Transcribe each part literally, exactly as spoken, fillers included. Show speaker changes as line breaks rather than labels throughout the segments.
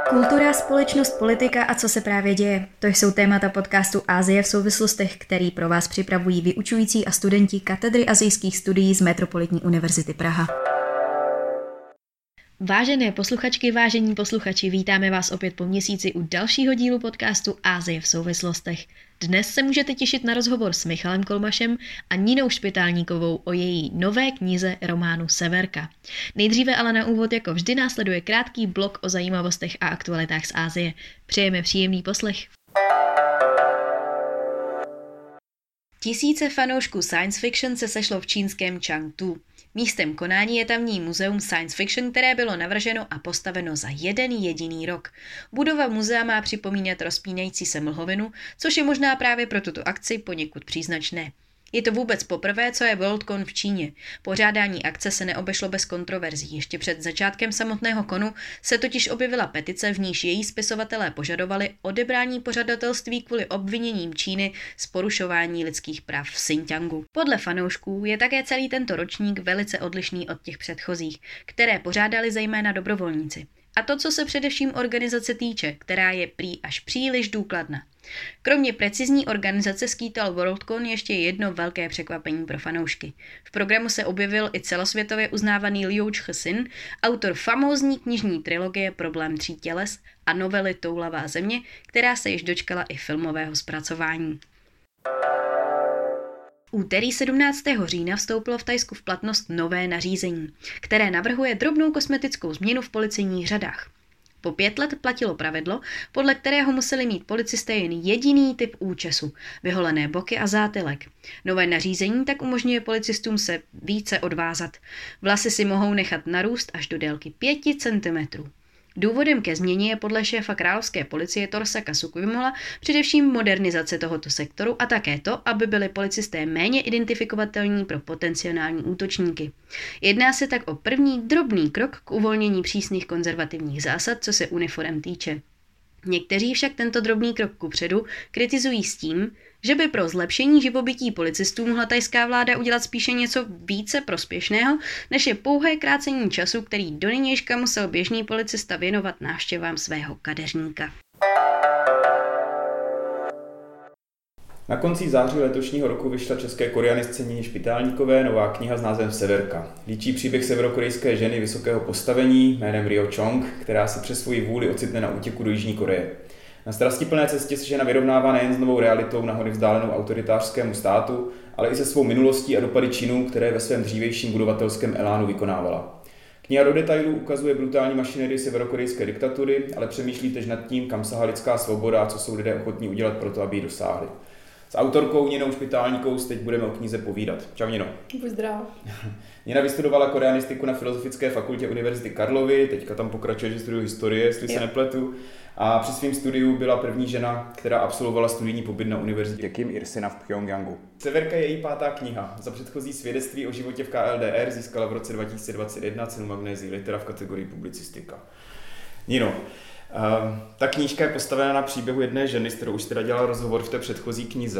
Kultura, společnost, politika a co se právě děje. To jsou témata podcastu Asie v souvislostech, který pro vás připravují vyučující a studenti katedry asijských studií z Metropolitní univerzity Praha. Vážené posluchačky, vážení posluchači, vítáme vás opět po měsíci u dalšího dílu podcastu Asie v souvislostech. Dnes se můžete těšit na rozhovor s Michalem Kolmašem a Ninou Špitálníkovou o její nové knize románu Severka. Nejdříve ale na úvod jako vždy následuje krátký blok o zajímavostech a aktualitách z Asie. Přejeme příjemný poslech. Tisíce fanoušků science fiction se sešlo v čínském Chengdu. Místem konání je tamní muzeum science fiction, které bylo navrženo a postaveno za jeden jediný rok. Budova muzea má připomínat rozpínající se mlhovinu, což je možná právě pro tuto akci poněkud příznačné. Je to vůbec poprvé, co je Worldcon v Číně. Pořádání akce se neobešlo bez kontroverzí. Ještě před začátkem samotného konu se totiž objevila petice, v níž její spisovatelé požadovali odebrání pořadatelství kvůli obviněním Číny z porušování lidských práv v Xinjiangu. Podle fanoušků je také celý tento ročník velice odlišný od těch předchozích, které pořádali zejména dobrovolníci. A to, co se především organizace týče, která je prý až příliš důkladná. Kromě precizní organizace skýtal Worldcon ještě jedno velké překvapení pro fanoušky. V programu se objevil i celosvětově uznávaný Liu Cixin, autor famózní knižní trilogie Problém tří těles a novely Toulavá země, která se již dočkala i filmového zpracování. Úterý sedmnáctého října vstoupilo v Thajsku v platnost nové nařízení, které navrhuje drobnou kosmetickou změnu v policejních řadách. Po pět let platilo pravidlo, podle kterého museli mít policisté jen jediný typ účesu, vyholené boky a zátylek. Nové nařízení tak umožňuje policistům se více odvázat. Vlasy si mohou nechat narůst až do délky pěti centimetrů. Důvodem ke změně je podle šéfa královské policie Torsaka Sukvimola především modernizace tohoto sektoru a také to, aby byli policisté méně identifikovatelní pro potenciální útočníky. Jedná se tak o první drobný krok k uvolnění přísných konzervativních zásad, co se uniforem týče. Někteří však tento drobný krok kupředu kritizují s tím, že by pro zlepšení živobytí policistů mohla thajská vláda udělat spíše něco více prospěšného, než je pouhé krácení času, který do nynějška musel běžný policista věnovat návštěvám svého kadeřníka.
Na konci září letošního roku vyšla české koreanistce Nině Špitálníkové nová kniha s názvem Severka. Líčí příběh severokorejské ženy vysokého postavení jménem Ryo Chong, která se přes svoji vůli ocitne na útěku do Jižní Koreje. Na strastiplné cestě se žena vyrovnává nejen s novou realitou nahony vzdálenou autoritářskému státu, ale i se svou minulostí a dopady činů, které ve svém dřívějším budovatelském elánu vykonávala. Kniha do detailů ukazuje brutální mašinerii severokorejské diktatury, ale přemýšlí též nad tím, kam sahá lidská svoboda a co jsou lidé ochotní udělat pro to, aby ji dosáhli. S autorkou Ninou Špitálníkovou teď budeme o knize povídat. Čau Nino.
Buď zdrav.
Nina vystudovala koreanistiku na Filozofické fakultě Univerzity Karlovy, teďka tam pokračuje, že studuje historie, jestli se nepletu. A při svém studiu byla první žena, která absolvovala studijní pobyt na univerzitě Kim Il-suna v Pchjongjangu. Severka je její pátá kniha. Za předchozí svědectví o životě v K L D R získala v roce dva tisíce dvacet jedna cenu Magnézii Litera v kategorii publicistika. Nino, Uh, ta knížka je postavena na příběhu jedné ženy, s kterou už teda dělala rozhovor v té předchozí knize.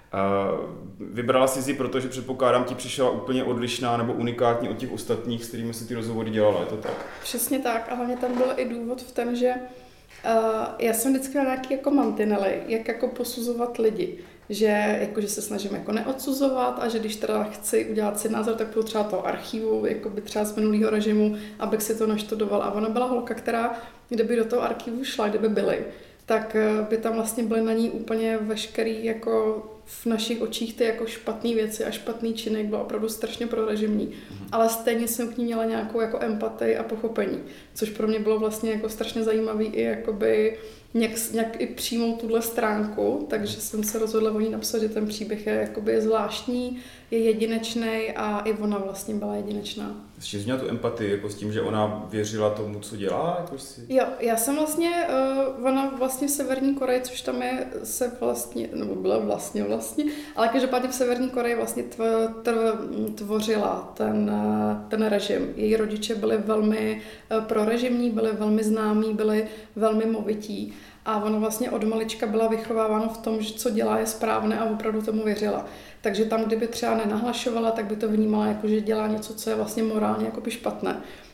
Uh, vybrala si ji, protože předpokládám, ti přišla úplně odlišná nebo unikátní od těch ostatních, s kterými si ty rozhovory dělala, je to tak?
Přesně tak, a hlavně tam byl i důvod v tom, že uh, já jsem vždycky měla nějaké jako mantinely, jak jako posuzovat lidi. Že, jako, že se snažím jako neodsuzovat a že když teda chci udělat si názor, tak půjdu třeba toho archivu, jako by třeba z minulého režimu, abych si to naštudoval. A ona byla holka, která, kdyby do toho archivu šla, kdyby byly, tak by tam vlastně byly na ní úplně veškerý jako v našich očích ty jako špatné věci a špatný činy, jak bylo opravdu strašně prorežimní. Mm-hmm. Ale stejně jsem k ní měla nějakou jako empatii a pochopení, což pro mě bylo vlastně jako strašně zajímavý i jakoby nějak, nějak i přijmout tuhle stránku, takže jsem se rozhodla o ní napsat, že ten příběh je jakoby zvláštní, je jedinečný a i ona vlastně byla jedinečná.
Jsi měla tu empatii jako s tím, že ona věřila tomu, co dělá? Jako si...
Jo, já jsem vlastně, uh, ona vlastně v Severní Koreji, což tam je, se vlastně, nebo byla vlastně vlastně, ale každopádně v Severní Koreji vlastně tv, tv, tvořila ten, ten režim. Její rodiče byli velmi uh, prorežimní, byli velmi známí, byli velmi movití. A ona vlastně od malička byla vychovávána v tom, že co dělá je správné a opravdu tomu věřila. Takže tam, kdyby třeba nenahlašovala, tak by to vnímala jako, že dělá něco, co je vlastně morálně jakoby špatné.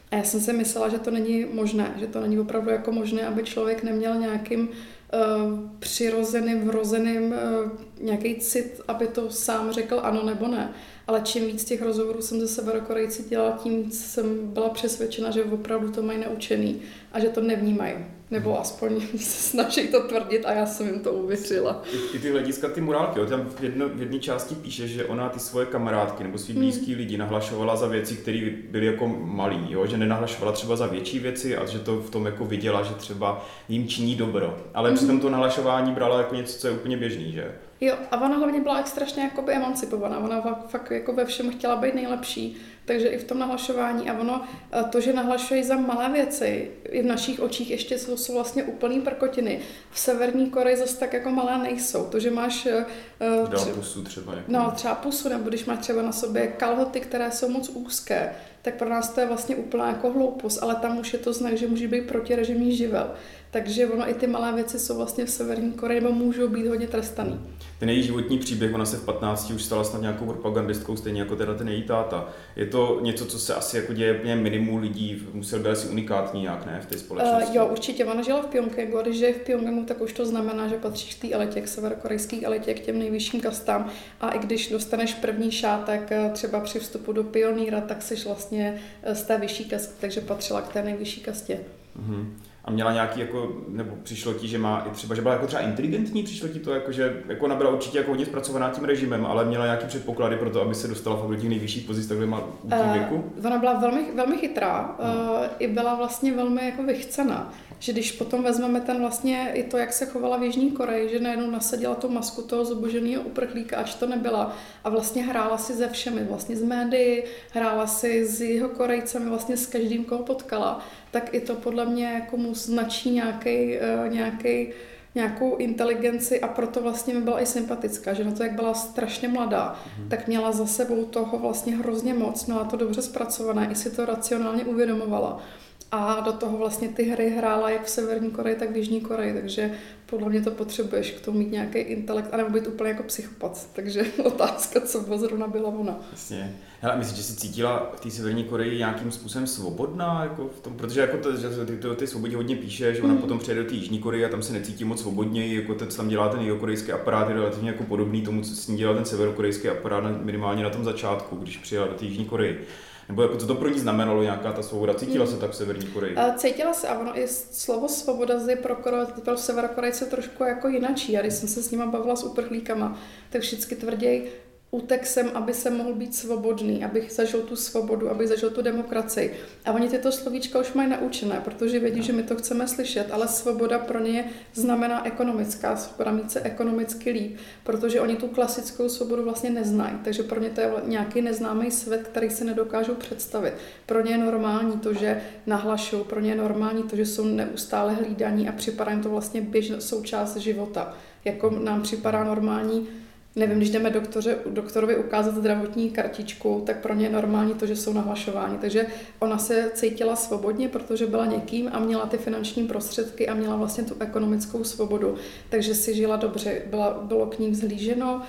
A já jsem si myslela, že to není možné, že to není opravdu jako možné, aby člověk neměl nějakým uh, přirozeným, vrozeným uh, nějaký cit, aby to sám řekl ano nebo ne. Ale čím víc těch rozhovorů jsem ze Severokorejci dělala, tím víc jsem byla přesvědčena, že opravdu to mají naučený a že to nevnímají. Nebo aspoň se snaží to tvrdit a já jsem jim to uvěřila.
I, i ty hlediska, ty morálky, jo? Tam v, jedno, v jedné části píše, že ona ty svoje kamarádky nebo svý blízký hmm. lidi nahlašovala za věci, které byly jako malý, jo? Že nenahlašovala třeba za větší věci a že to v tom jako viděla, že třeba jim činí dobro. Ale hmm. přitom to nahlašování brala jako něco, co je úplně běžný, že?
Jo, a ona hlavně byla strašně jakoby emancipovaná, ona fakt jako ve všem chtěla být nejlepší, takže i v tom nahlašování a ono, to, že nahlašují za malé věci, i v našich očích ještě jsou, jsou vlastně úplný prkotiny. V Severní Koreji zase tak jako malé nejsou, to, že máš
Dal pusu třeba. Jako.
No, třeba pusu, nebo když máš třeba na sobě kalhoty, které jsou moc úzké, tak pro nás to je vlastně úplná jako hloupost, ale tam už je to znak, že může být protirežimní živel. Takže ono i ty malé věci jsou vlastně v Severní Koreji, nebo můžou být hodně trestaný.
Ten její životní příběh, ona se v patnácti už stala snad nějakou propagandistkou, stejně jako teda ten její táta. Je to něco, co se asi jako děje úplně minimum lidí, musel být asi unikátní nějak, ne, v té společnosti?
Uh, jo, určitě. Ona žila v Pjongjangu a když žije v Pjongjangu, tak už to znamená, že patříš k té elitě, k severokorejské elitě, k těm nejvyšším kastám. A i když dostaneš první šátek třeba při vstupu do pionýra, tak jsi vlastně z té vyšší kasty, takže patřila k té nejvyšší kastě.
Uh-huh. A měla nějaký, jako, nebo přišlo ti, že má i třeba, že byla jako třeba inteligentní, přišlo ti to, jako, že jako ona byla určitě jako hodně zpracovaná tím režimem, ale měla nějaký předpoklady pro to, aby se dostala fakt do těch nejvyšších pozic takhle má v tím věku?
Uh, ona byla velmi, velmi chytrá, uh, i byla vlastně velmi jako vychcená. Že když potom vezmeme ten vlastně i to, jak se chovala v Jižní Koreji, že najednou nasadila tu masku toho zuboženého uprchlíka, ač to nebyla a vlastně hrála si ze všemi, vlastně z médií, hrála si s jeho Korejcemi, vlastně s každým, koho potkala, tak i to podle mě jako mu značí nějaký, uh, nějaký nějakou inteligenci a proto vlastně mi byla i sympatická, že na to, jak byla strašně mladá, mm. tak měla za sebou toho vlastně hrozně moc, měla to dobře zpracované, i si to racionálně uvědomovala. A do toho vlastně ty hry hrála jak v Severní Koreji, tak v Jižní Koreji, takže podle mě to potřebuješ k tomu mít nějaký intelekt, anebo být úplně jako psychopat. Takže otázka, co bylo zrovna byla ona.
Jasně. Hele, myslíš, že jsi cítila v té Severní Koreji nějakým způsobem svobodná? Jako v tom, protože jako to, že ty, ty, ty svobodě hodně píše, že ona mm. potom přijede do té Jižní Koreje a tam se necítí moc svobodněji, jako ten, co tam dělá ten jihokorejský aparát, je relativně jako podobný tomu, co s ní dělal ten severokorejský aparát minimálně na tom začátku, když přijela do té Jižní Koreji. Nebo jako co to pro ní znamenalo, nějaká ta svoboda? Cítila mm. se tak v Severní Koreji?
Cítila se a ono i slovo svoboda je pro, pro Severokorejce trošku jako jinačí. A když jsem se s nima bavila s uprchlíkama, tak všichni tvrdí, utek sem, aby se mohl být svobodný, abych zažil tu svobodu, abych zažil tu demokracii. A oni tyto slovíčka už mají naučené, protože vědí, no. že my to chceme slyšet, ale svoboda pro ně znamená ekonomická svoboda, mít se ekonomicky líp, protože oni tu klasickou svobodu vlastně neznají. Takže pro ně to je nějaký neznámý svět, který si nedokážou představit. Pro ně je normální to, že nahlašují, pro ně je normální to, že jsou neustále hlídaní a připadá jim to vlastně běžná součást života. Jako nám připadá normální. Nevím, když jdeme doktoře, doktorovi ukázat zdravotní kartičku, tak pro ně je normální to, že jsou nahlašováni. Takže ona se cítila svobodně, protože byla někým a měla ty finanční prostředky a měla vlastně tu ekonomickou svobodu. Takže si žila dobře, byla, bylo k ní vzhlíženo,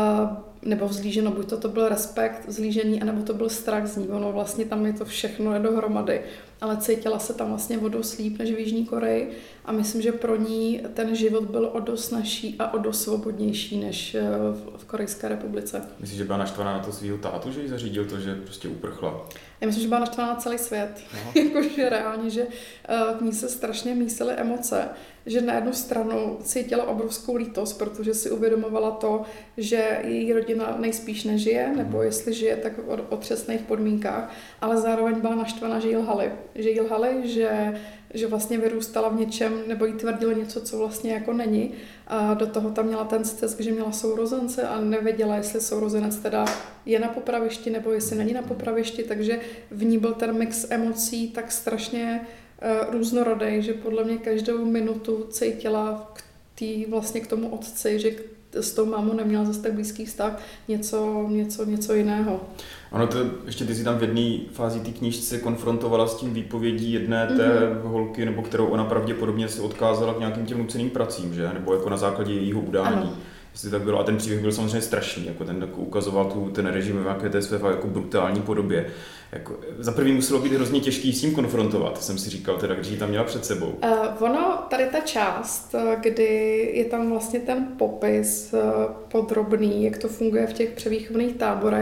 nebo vzhlíženo, buď to, to byl respekt, vzhlížení, anebo to byl strach z ní. Ono vlastně tam je to všechno dohromady. Ale cítila se tam vlastně o dost líp než v Jižní Koreji a myslím, že pro ní ten život byl o dost snažší a o dost svobodnější než v Korejské republice.
Myslíš, že byla naštvaná na to svýho tátu, že jí zařídil to, že prostě uprchla?
Já myslím, že byla naštvaná na celý svět. Jakože reálně, že v ní se strašně mísily emoce, že na jednu stranu cítila obrovskou lítost, protože si uvědomovala to, že její rodina nejspíš nežije, nebo jestli žije, tak v otřesných podmínkách, ale zároveň byla naštvaná, že jí lhali. Že jí lhali, že, že vlastně vyrůstala v něčem, nebo jí tvrdili něco, co vlastně jako není. A do toho tam měla ten stesk, že měla sourozence a nevěděla, jestli sourozenec teda je na popravišti, nebo jestli není na popravišti, takže v ní byl ten mix emocí tak strašně uh, různorodý, že podle mě každou minutu cítila k tý, vlastně k tomu otci, že s tou mámou neměla zase tak blízký vztah, něco, něco, něco jiného.
Ano, to ještě ty jsi tam v jedné fázi té knížce konfrontovala s tím výpovědí jedné té mm-hmm. holky, nebo kterou ona pravděpodobně se odkázala k nějakým těm nuceným pracím, že? Nebo jako na základě jejího udání. Ano. Jestli tak bylo. A ten příběh byl samozřejmě strašný, jako ten jako ukazoval tu, ten režim v nějaké té své jako brutální podobě. Jako, za první muselo být hrozně těžký s tím konfrontovat, jsem si říkal, teda, když ji tam měla před sebou.
Uh, ono, tady ta část, kdy je tam vlastně ten popis uh, podrobný, jak to funguje v těch převýchovných táborech,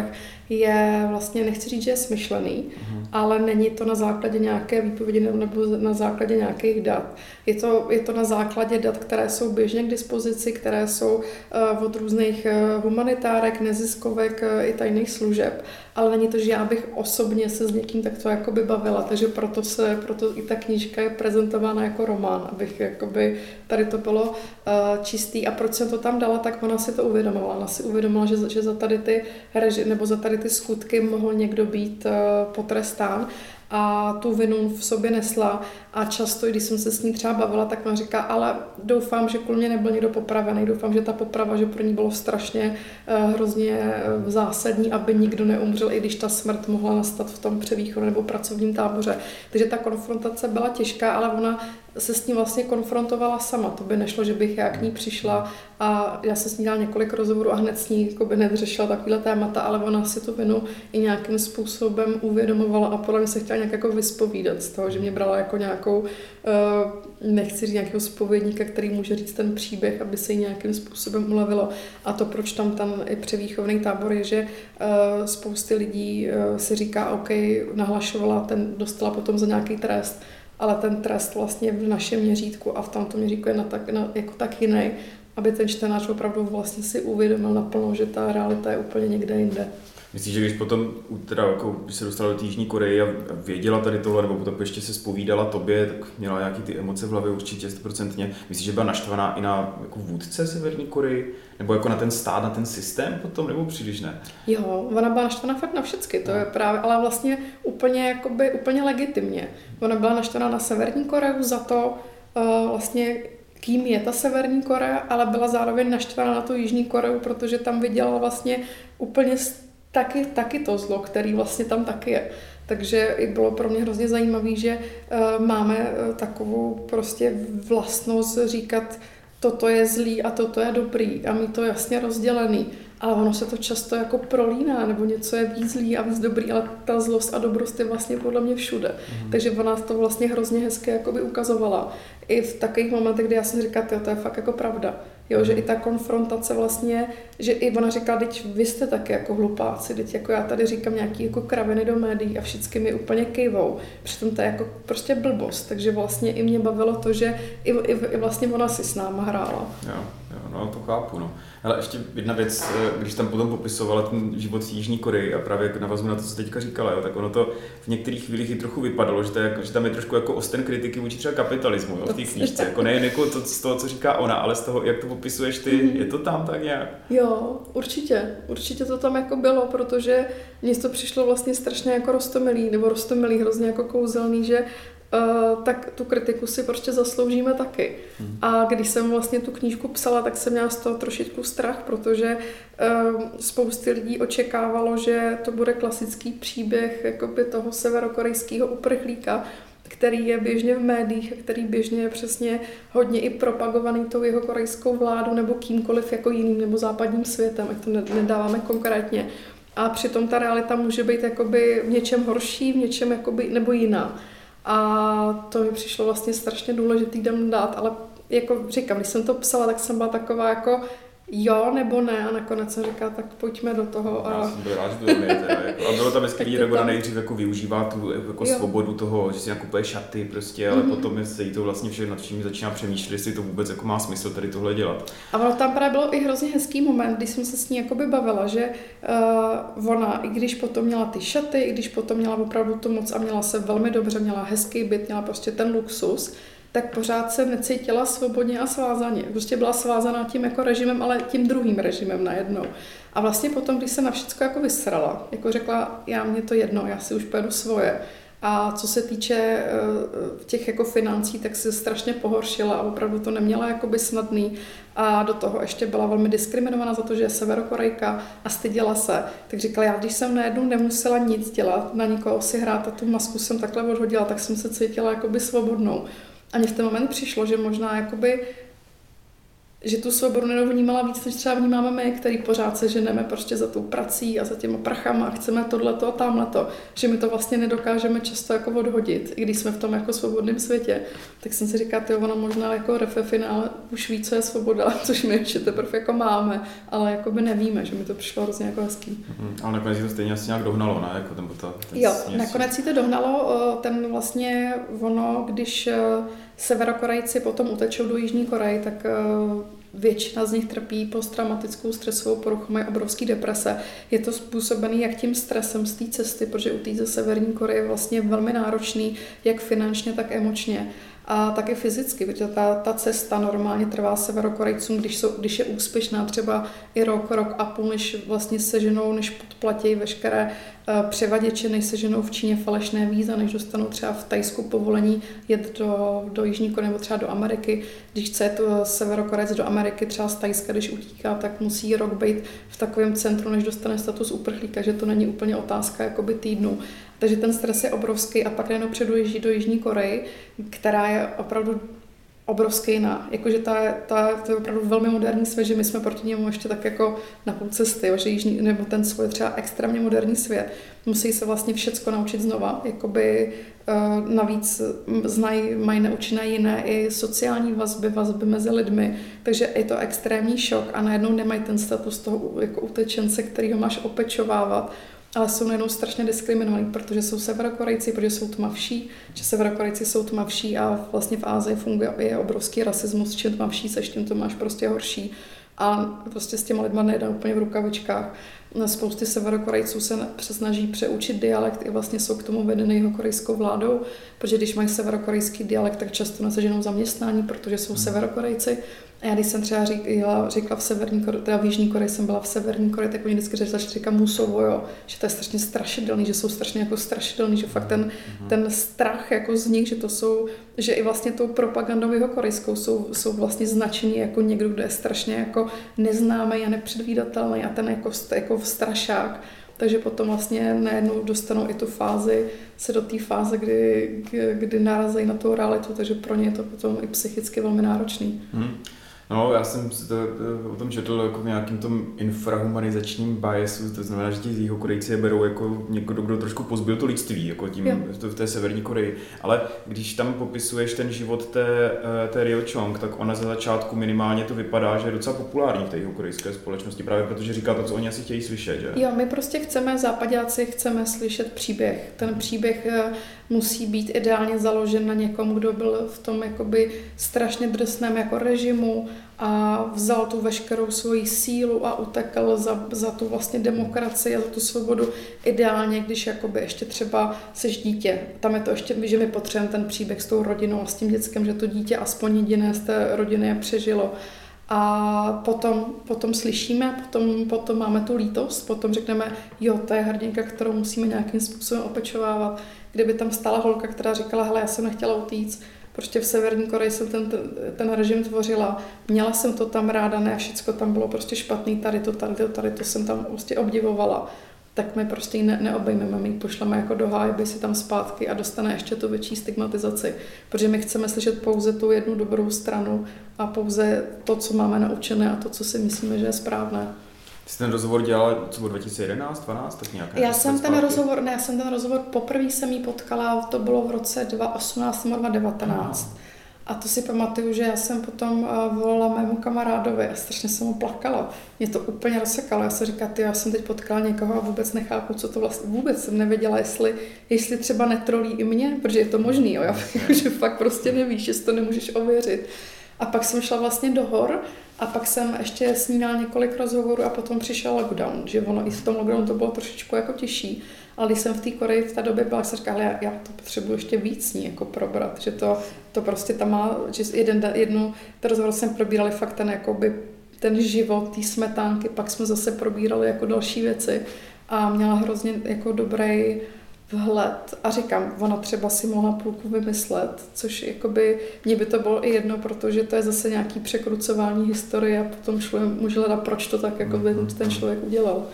je vlastně, nechci říct, že je smyšlený, uh-huh. ale není to na základě nějaké výpovědi nebo na základě nějakých dat. Je to, je to na základě dat, které jsou běžně k dispozici, které jsou uh, od různých uh, humanitárek, neziskovek uh, i tajných služeb, ale není to, že já bych osobně se s někým takto jakoby bavila, takže proto, se, proto i ta knížka je prezentována jako román, abych jakoby tady to bylo uh, čistý. A proč jsem to tam dala, tak ona si to uvědomovala. Ona si uvědomila, že, že za tady ty reži, nebo za tady ty skutky mohl někdo být uh, potrestán a tu vinu v sobě nesla a často, když jsem se s ní třeba bavila, tak ona říká, ale doufám, že kvůli mě nebyl někdo popravený, doufám, že ta poprava, že pro ní bylo strašně uh, hrozně uh, zásadní, aby nikdo neumřel, i když ta smrt mohla nastat v tom převýchodu nebo pracovním táboře. Takže ta konfrontace byla těžká, ale ona se s ní vlastně konfrontovala sama. To by nešlo, že bych já k ní přišla a já se s ní dala několik rozhovorů a hned s ní jako by neřešila takovýhle témata, ale ona si tu vinu i nějakým způsobem uvědomovala a podle mě se chtěla nějak jako vyspovídat z toho, že mě brala jako nějakou, nechci říct nějakého zpovědníka, který může říct ten příběh, aby se jí nějakým způsobem ulevilo. A to, proč tam ten i převýchovný tábor je, že spousty lidí si říká, OK, nahlašovala, ten dostala potom za nějaký trest, ale ten trest vlastně v našem měřítku a v tomto měřítku je na tak, na, jako tak jiný, aby ten čtenář opravdu vlastně si uvědomil naplno, že ta realita je úplně někde jinde.
Myslíš, že když potom teda, jako, když se dostala do té Jižní Koreji a věděla tady tohle, nebo potom ještě se zpovídala tobě, tak měla nějaký ty emoce v hlavě určitě stoprocentně. Myslíš, že byla naštvaná i na jako vůdce Severní Koreji? Nebo jako na ten stát, na ten systém potom, nebo příliš ne?
Jo, ona byla naštvaná fakt na všecky, to no. je právě, ale vlastně úplně, jakoby, úplně legitimně. Ona byla naštvaná na Severní Koreu za to, uh, vlastně kým je ta Severní Korea, ale byla zároveň naštvaná na tu Jižní Koreu, protože tam viděla vlastně úplně taky, taky to zlo, který vlastně tam taky je. Takže i bylo pro mě hrozně zajímavé, že uh, máme uh, takovou prostě vlastnost říkat, toto je zlý a toto je dobrý a mít to jasně rozdělený. Ale ono se to často jako prolíná, nebo něco je víc zlý a víc dobrý, ale ta zlost a dobrost je vlastně podle mě všude. Mm. Takže ona to vlastně hrozně hezky jakoby ukazovala. I v takových momentech, kdy já jsem říkala, to je fakt jako pravda. Jo, že i ta konfrontace vlastně, že i ona říká, teď vy jste taky jako hlupáci, teď jako já tady říkám nějaký jako kraviny do médií a všichni mi úplně kejvou. Přitom to je jako prostě blbost, takže vlastně i mě bavilo to, že i, i, i vlastně ona si s náma hrála.
Jo, jo, no to chápu, no. Ale ještě jedna věc, když tam potom popisovala ten život v Jižní Koreji a právě navazuji na to, co teďka říkala, jo, tak ono to v některých chvílích i trochu vypadalo, že, to je, že tam je trošku jako osten kritiky vůči třeba kapitalismu, jo, v té knížce. Jako nejen jako to, z toho, co říká ona, ale z toho, jak to popisuješ ty, mm-hmm. je to tam tak nějak?
Jo, určitě. Určitě to tam jako bylo, protože mně to přišlo vlastně strašně jako roztomilý, nebo roztomilý, hrozně jako kouzelný, že Uh, tak tu kritiku si prostě zasloužíme taky. Hmm. A když jsem vlastně tu knížku psala, tak jsem měla z toho trošičku strach, protože uh, spousty lidí očekávalo, že to bude klasický příběh jakoby toho severokorejského uprchlíka, který je běžně v médiích a který běžně je přesně hodně i propagovaný tou jeho korejskou vládu nebo kýmkoliv jako jiným nebo západním světem, ať to nedáváme konkrétně. A přitom ta realita může být jakoby v něčem horší, v něčem jakoby, nebo jiná. A to mi přišlo vlastně strašně důležitý tam dát, ale jako říkám, když jsem to psala, tak jsem byla taková jako jo nebo ne a nakonec jsem říkala, tak pojďme do toho. A...
Já jsem byl rád, že to je teda, jako, a bylo tam hezký, že ona nejdřív jako využívá tu jako svobodu toho, že si nakupuje šaty prostě, ale mm-hmm. potom se jí to vlastně vše nad čím začíná přemýšlet, jestli to vůbec jako má smysl tady tohle dělat.
A ono tam právě bylo i hrozně hezký moment, když jsem se s ní jakoby bavila, že uh, ona, i když potom měla ty šaty, i když potom měla opravdu tu moc a měla se velmi dobře, měla hezký byt, měla prostě ten luxus, tak pořád se necítila svobodně a svázaně. Prostě byla svázaná tím jako režimem, ale tím druhým režimem najednou. A vlastně potom, když se na všecko jako vysrala, jako řekla, já mě to jedno, já si už pojedu svoje. A co se týče uh, těch jako financí, tak se strašně pohoršila a opravdu to neměla jakoby snadný. A do toho ještě byla velmi diskriminovaná za to, že je Severokorejka a styděla se. Tak říkala, já když jsem najednou nemusela nic dělat, na nikoho si hrát a tu masku jsem takhle odhodila, tak jsem se cítila jakoby svobodnou. A mně v ten moment přišlo, že možná jakoby že tu svobodu nevnímala víc, než třeba vnímáme my, který pořád se ženeme prostě za tou prací a za těma prachama a chceme tohleto a tamhleto, že my to vlastně nedokážeme často jako odhodit, i když jsme v tom jako svobodném světě. Tak jsem si říkala, tyjo, ona možná jako ve finále už ví, co je svoboda, což my ještě teprve jako máme, ale jako by nevíme, že mi to přišlo hrozně jako hezký.
Mm, ale nakonec to stejně asi nějak dohnalo, ne? Jako ten, ten, ten
jo,
směs.
nakonec si to dohnalo, ten vlastně ono, když Severokorejci potom utečou do Jižní Koreje, tak většina z nich trpí posttraumatickou stresovou poruchu, mají obrovský deprese. Je to způsobený jak tím stresem z té cesty, protože u té ze Severní Koreje je vlastně velmi náročný, jak finančně, tak emočně. A taky fyzicky, protože ta, ta cesta normálně trvá Severokorejcům, když, jsou, když je úspěšná třeba i rok, rok a půl, než vlastně seženou, než podplatí veškeré uh, převaděče, než seženou v Číně falešné víza, než dostanou třeba v Thajsku povolení jet do, do Jižní Koreje nebo třeba do Ameriky. Když chce to Severokorejec do Ameriky, třeba z Thajska, když utíká, tak musí rok být v takovém centru, než dostane status uprchlíka, že to není úplně otázka jakoby týdnu. Takže ten stres je obrovský a pak jenom předujíždí do Jižní Koreji, která je opravdu obrovský jiná. Jakože ta, ta, to je opravdu velmi moderní svět, že my jsme proti němu ještě tak jako na půl cesty, že jižní, nebo ten svůj třeba extrémně moderní svět. Musí se vlastně všecko naučit znova. Jakoby, uh, navíc znají, mají naučené jiné i sociální vazby, vazby mezi lidmi. Takže je to extrémní šok a najednou nemají ten status toho jako utečence, kterýho máš opečovávat. Ale jsou najednou strašně diskriminovaní, protože jsou Severokorejci, protože jsou tmavší, že Severokorejci jsou tmavší a vlastně v Ázii funguje je obrovský rasismus, čím tmavší seš, tím to máš prostě horší. A prostě s těma lidma nejde úplně v rukavičkách. Spousty Severokorejců se snaží přeučit dialekt i vlastně jsou k tomu vedeny jihokorejskou vládou, protože když mají severokorejský dialekt, tak často neseženou zaměstnání, protože jsou Severokorejci. A já když jsem třeba říkala, říkala v Severní Koreji, teda v Jižní Koreji jsem byla v Severní Koreji, tak oni vždycky řekla, že říká musovo, jo, že to je strašně strašidelný, že jsou strašně jako strašidelný, že fakt ten, ten strach jako z nich, že to jsou, že i vlastně tou propagandou jihokorejskou jsou, jsou vlastně značení jako někdo, kdo je strašně jako neznámý a nepředvídatelný a ten jako, jako strašák. Takže potom vlastně najednou dostanou i tu fázi, se do té fáze, kdy, kdy narazí na tu realitu, takže pro ně je to potom i psychicky velmi náročný.
Hmm. No, já jsem si to, o tom četl jako v nějakým tom infrahumanizačním biasu, to znamená, že ti Jihokorejci je berou jako někdo, kdo trošku pozbyl to lidství, jako tím to v té Severní Koreji. Ale když tam popisuješ ten život té, té Ryo Chong, tak ona za začátku minimálně to vypadá, že je docela populární v té jihokorejské společnosti, právě protože říká to, co oni asi chtějí slyšet, že?
Jo, my prostě chceme, zápaďáci, chceme slyšet příběh. Ten příběh musí být ideálně založen na někom, kdo byl v tom jakoby strašně drsném jako režimu a vzal tu veškerou svoji sílu a utekl za, za tu vlastně demokracii a za tu svobodu. Ideálně, když jakoby ještě třeba seš dítě. Tam je to ještě, že my potřebujeme ten příběh s tou rodinou a s tím dětskem, že to dítě aspoň jediné z té rodiny je přežilo. A potom, potom slyšíme, potom, potom máme tu lítost, potom řekneme, jo, to je hrdinka, kterou musíme nějakým způsobem opečovávat. Kdyby tam stála holka, která říkala, hele, já jsem nechtěla utíct, prostě v Severní Koreji jsem ten, ten, ten režim tvořila, měla jsem to tam ráda, ne, všecko tam bylo prostě špatný, tady to, tady to, tady to jsem tam prostě obdivovala. Tak my prostě ji ne, neobejmeme, my ji pošleme jako do hájby si tam zpátky a dostane ještě tu větší stigmatizaci, protože my chceme slyšet pouze tu jednu dobrou stranu a pouze to, co máme naučené a to, co si myslíme, že je správné.
Jsi ten rozhovor dělala, co bylo dva tisíce jedenáct, dvanáct, tak nějak?
Já jsem ten rozhovor, ne, já jsem ten rozhovor poprvé jsem jí potkala, to bylo v roce dva tisíce osmnáct nebo dva tisíce devatenáct. Aha. A to si pamatuju, že já jsem potom volala mému kamarádovi a strašně jsem mu plakala. Mě to úplně rozsekalo. Já jsem říkala, ty, já jsem teď potkala někoho a vůbec nechápu, co to vlastně, vůbec jsem nevěděla, jestli, jestli třeba netrolí i mě, protože je to možný, jo, já, že fakt prostě nevíš, jestli to nemůžeš ověřit. A pak jsem šla vlastně do hor a pak jsem ještě snídala několik rozhovorů a potom přišel lockdown, že ono i v tom lockdownu to bylo trošičku jako těžší. Ale když jsem v té Koreji v té době byla, jsem říkala, já, já to potřebuji ještě víc ní jako probrat, že to, to prostě tam má, že jeden, jednu, ten rozhovor jsem probírali fakt ten, jakoby, ten život, té smetánky, pak jsme zase probírali jako další věci a měla hrozně jako dobrý vhled a říkám, ona třeba si mohla půlku vymyslet, což jakoby, mně by to bylo i jedno, protože to je zase nějaký překrucování historie a potom člověk může hledat, proč to tak jako by ten člověk udělal.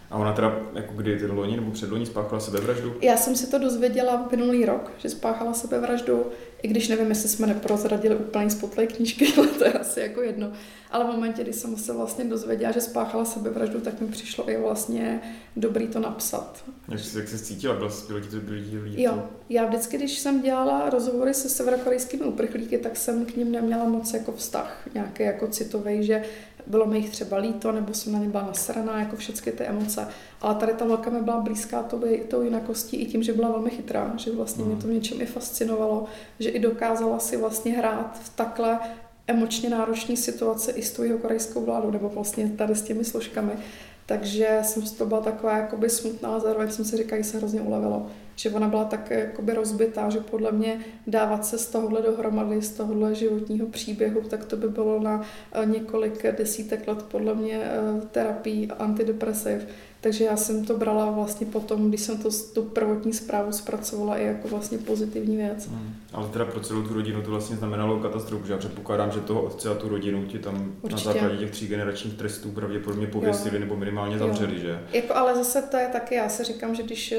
A ona teda, jako kdy, ty loni nebo předloni spáchala sebevraždu?
Já jsem si to dozvěděla minulý rok, že spáchala sebevraždu, i když nevím, jestli jsme neprozradili úplně z potlej knížky, ale to je asi jako jedno. Ale v momentě, kdy jsem se vlastně dozvěděla, že spáchala sebevraždu, tak mi přišlo i vlastně dobrý to napsat.
Jak jsi, jak jsi cítila? Byla jsi bylo ti to bylo líto?
Jo, já vždycky, když jsem dělala rozhovory se severokorejskými uprchlíky, tak jsem k nim neměla moc jako vztah, nějaký jako citovej, že bylo mi jich třeba líto, nebo jsem na ně byla nasraná, jako všechny ty emoce. Ale tady ta velká mi byla blízká tou jinakostí i tím, že byla velmi chytrá, že vlastně mě to v něčem i fascinovalo, že i dokázala si vlastně hrát v takhle emočně náročné situaci i s tou jihokorejskou vládou, nebo vlastně tady s těmi složkami. Takže jsem z toho byla taková jakoby smutná, a zároveň jsem si říkala, že se hrozně ulevilo. Že ona byla tak jakoby rozbitá, že podle mě dávat se z tohohle dohromady, z tohohle životního příběhu, tak to by bylo na několik desítek let podle mě terapii antidepresiv. Takže já jsem to brala vlastně potom, když jsem to, tu prvotní zprávu zpracovala i jako vlastně pozitivní věc.
Hmm. Ale teda pro celou tu rodinu to vlastně znamenalo katastrofu, že já předpokládám, že toho otce a tu rodinu ti tam určitě na základě těch tří generačních trestů pravděpodobně pověsili jo. nebo minimálně zavřeli, jo. že?
Jako, ale zase to je taky, já si říkám, že když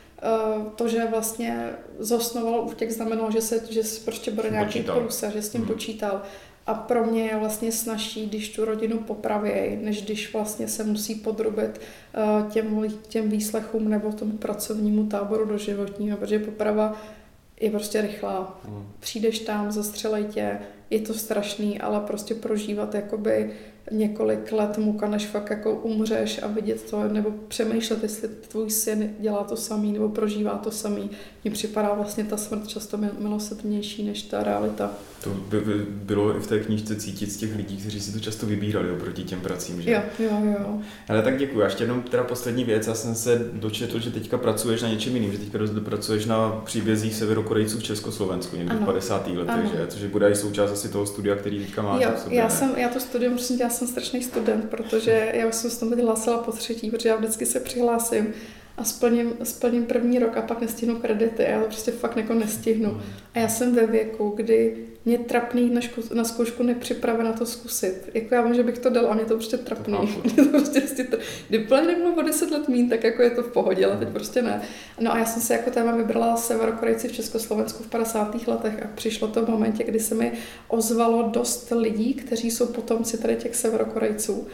to, že vlastně zosnoval u těch znamenalo, že se že prostě bude nějaký průse, že s tím hmm. počítal. A pro mě je vlastně snazší, když tu rodinu popravějí, než když vlastně se musí podrobit těm, těm výslechům nebo tomu pracovnímu táboru doživotního, protože poprava je prostě rychlá. Hmm. Přijdeš tam, zastřelej tě, je to strašný, ale prostě prožívat jakoby několik let muka, než fakt jako umřeš a vidět to, nebo přemýšlet, jestli tvůj syn dělá to samý, nebo prožívá to samý. Mně připadá vlastně ta smrt často milosrdnější než ta realita.
To by, by bylo i v té knížce cítit z těch lidí, kteří si to často vybírali oproti těm pracím, že?
Jo, jo, jo.
Ale tak děkuji. A ještě jenom teda poslední věc. Já jsem se dočetl, že teďka pracuješ na něčem jiným, že teďka pracuješ na příbězích Severokorejců v Československu někdy v padesátých letech, že? Což bude i součást asi toho studia, který teďka máš.
Jo,
sobě,
já, jsem, já to studium, prostě já jsem strašný student, protože já už jsem se tam hlásila po třetí, protože já vždycky se přihlásím a splním, splním první rok a pak nestihnu kredity a já to prostě fakt jako nestihnu. A já jsem ve věku, kdy mě trapný na, ško, na zkoušku nepřipravena to zkusit. Jako já vím, že bych to dal a mě to prostě trapný. To prostě, kdyby plně nebylo o deset let míň, tak jako je to v pohodě, ale teď prostě ne. No a já jsem si jako téma vybrala Severokorejci v Československu v padesátých letech a přišlo to v momentě, kdy se mi ozvalo dost lidí, kteří jsou potomci tady těch Severokorejců.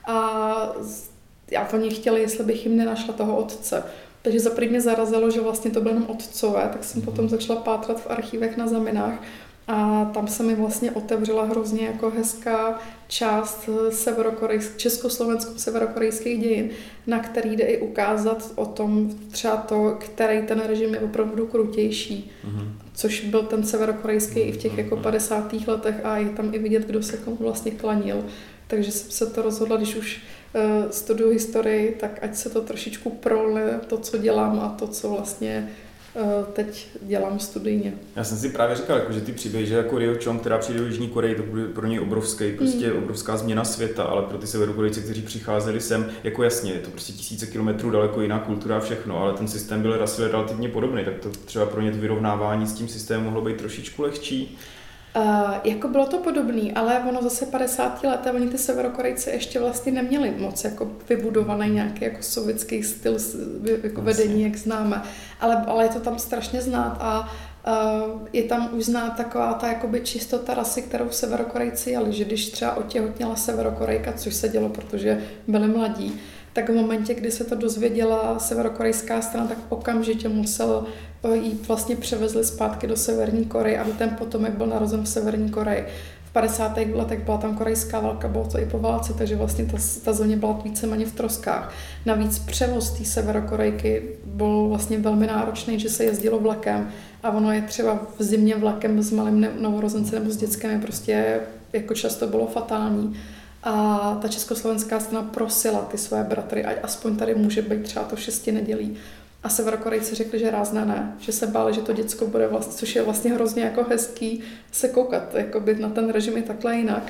A já oni chtěli, jestli bych jim nenašla toho otce. Takže za první mě zarazilo, že vlastně to byly jenom otcové, tak jsem potom začala pátrat v archívech na Zaminách a tam se mi vlastně otevřela hrozně jako hezká část severokorejsk, československo-severokorejských dějin, na který jde i ukázat o tom třeba to, který ten režim je opravdu krutější, mm-hmm. což byl ten severokorejský mm-hmm. i v těch jako padesátých letech a je tam i vidět, kdo se komu vlastně klanil. Takže jsem se to rozhodla, když už uh, studuju historii, tak ať se to trošičku prolne, to, co dělám a to, co vlastně uh, teď dělám studijně.
Já jsem si právě říkal, jako, že ty příběhy, že jako Rio Chong, která přijde do Jižní Koreji, to bude pro něj obrovský, prostě mm. obrovská změna světa, ale pro ty Severokorejci, kteří přicházeli sem, jako jasně, je to prostě tisíce kilometrů daleko jiná kultura a všechno, ale ten systém byl relativně podobný, tak to třeba pro ně to vyrovnávání s tím systémem mohlo být trošičku lehčí.
Uh, jako bylo to podobný, ale ono zase padesátá leta, oni ty Severokorejci ještě vlastně neměli moc jako vybudovaný nějaký jako sovětský styl jako vedení, jak známe, ale, ale je to tam strašně znát a uh, je tam už znát taková ta jakoby čistota rasy, kterou Severokorejci jeli, že když třeba otěhotněla Severokorejka, což se dělo, protože byli mladí, tak v momentě, kdy se to dozvěděla severokorejská strana, tak okamžitě musel jít vlastně převezli zpátky do Severní Koreje, aby ten potomek byl narozen v Severní Koreji. V padesátých letech byla tam korejská válka, bylo to i po válce, takže vlastně ta, ta země byla víceméně v troskách. Navíc převoz té Severokorejky byl vlastně velmi náročný, že se jezdilo vlakem a ono je třeba v zimě vlakem s malým novorozencem nebo s dětskem je prostě jako často bylo fatální. A ta československá strana prosila ty své bratry, ať aspoň tady může být třeba to šesti nedělí. A Severokorejci řekli, že rázné ne, že se báli, že to děcko bude vlastně, což je vlastně hrozně jako hezký se koukat, jakoby na ten režim je takhle jinak.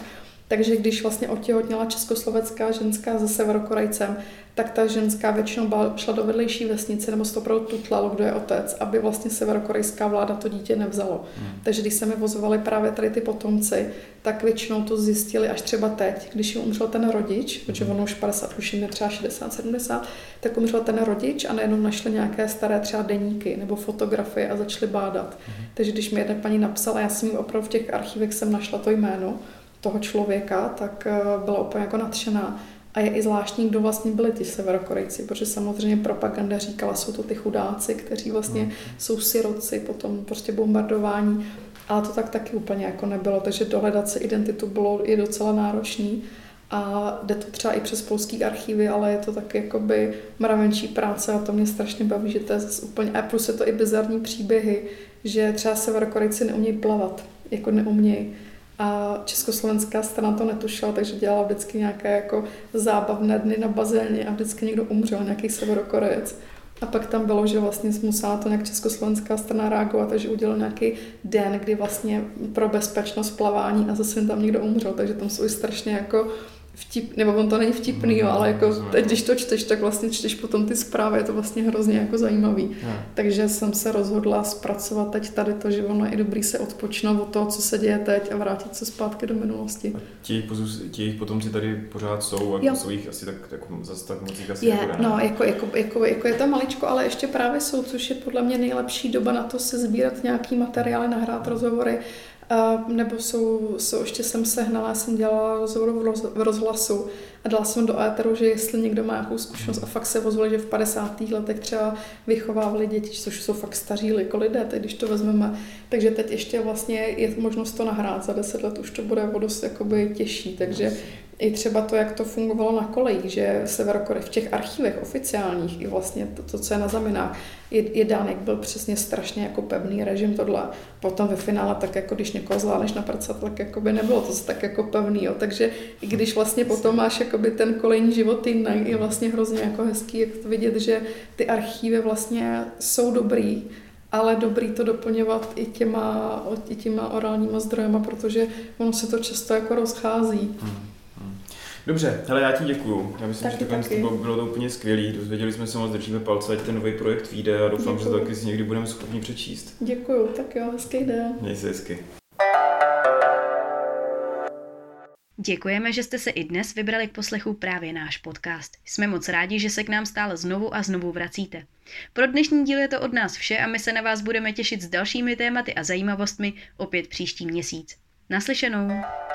Takže když vlastně otěhotněla československá ženská se Severokorejcem, tak ta ženská většinou šla do vedlejší vesnice nebo se to opravdu tutlalo, kdo je otec, aby vlastně severokorejská vláda to dítě nevzalo. Hmm. Takže když se mi vozovali právě tady ty potomci, tak většinou to zjistili až třeba teď, když jim umřel ten rodič, protože ono už padesát, už jim je třeba šedesát, sedmdesát, tak umřel ten rodič a najednou našli nějaké staré třeba deníky nebo fotografie a začali bádat. Hmm. Takže když mi jedna paní napsala, já jsem jí opravdu v těch archivech jsem našla to jméno toho člověka, tak byla úplně jako nadšená. A je i zvláštní, kdo vlastně byli ti Severokorejci, protože samozřejmě propaganda říkala, jsou to ty chudáci, kteří vlastně mm. jsou siroci, potom prostě bombardování, ale to tak taky úplně jako nebylo, takže dohledat si identitu bylo je docela náročný a jde to třeba i přes polský archivy, ale je to taky jakoby mravenčí práce a to mě strašně baví, že to je zase úplně, a plus je to i bizarní příběhy, že třeba Severokorejci neumějí plavat, jako neumějí. A československá strana to netušila, takže dělala vždycky nějaké jako zábavné dny na bazéně a vždycky někdo umřel, nějaký Severokorejec. A pak tam bylo, že vlastně musela to nějak československá strana reagovat, takže udělal nějaký den, kdy vlastně pro bezpečnost plavání a zase tam někdo umřel, takže tam jsou i strašně jako vtip, nebo on to není vtipný, jo, ale jako teď, když to čteš, tak vlastně čteš potom ty zprávy, je to vlastně hrozně jako zajímavý. Hmm. Takže jsem se rozhodla zpracovat teď tady to, že ono je i dobrý se odpočnout od toho, co se děje teď a vrátit se zpátky do minulosti.
A ti, ti jejich potomci tady pořád jsou, jako jsou jich asi tak, jako zase tak moc jich asi
je,
nebude,
no, jako, jako, jako, jako je to maličko, ale ještě právě jsou, což je podle mě nejlepší doba na to se sbírat nějaký materiály, nahrát rozhovory. Uh, nebo jsou, jsou, ještě jsem sehnala, jsem dělala rozhovor v, roz, v rozhlasu a dala jsem do éteru, že jestli někdo má nějakou zkušenost a fakt se ozvali, že v padesátých letech třeba vychovávali děti, což jsou fakt staří jako lidé, teď když to vezmeme. Takže teď ještě vlastně je možnost to nahrát, za deset let už to bude o dost jakoby těžší, takže i třeba to, jak to fungovalo na kolejích, že Severokorej v těch archivech oficiálních i vlastně to, to co je na zaminách, je, je dánek byl přesně strašně jako pevný režim tohle. Potom ve finále tak jako když někoho zvládneš na prcat, tak jako by nebylo to tak jako pevný, jo. Takže i když vlastně potom máš jakoby ten kolejní život jinak, je vlastně hrozně jako hezký, jak to vidět, že ty archívy vlastně jsou dobrý, ale dobrý to doplňovat i těma, i těma orálníma zdrojema, protože ono se to často jako rozchází.
Hmm. Dobře, hele, já ti děkuju. Já myslím, taky, že taky. To bylo to úplně skvělý. Dozvěděli jsme se moc, držíme palce, ať ten nový projekt vyjde a doufám, děkuju. Že to taky si někdy budeme schopni přečíst.
Děkuju, tak jo, hezký den.
Měj se hezky.
Děkujeme, že jste se i dnes vybrali k poslechu právě náš podcast. Jsme moc rádi, že se k nám stále znovu a znovu vracíte. Pro dnešní díl je to od nás vše a my se na vás budeme těšit s dalšími tématy a zajímavostmi opět příští měsíc. Naslyšenou.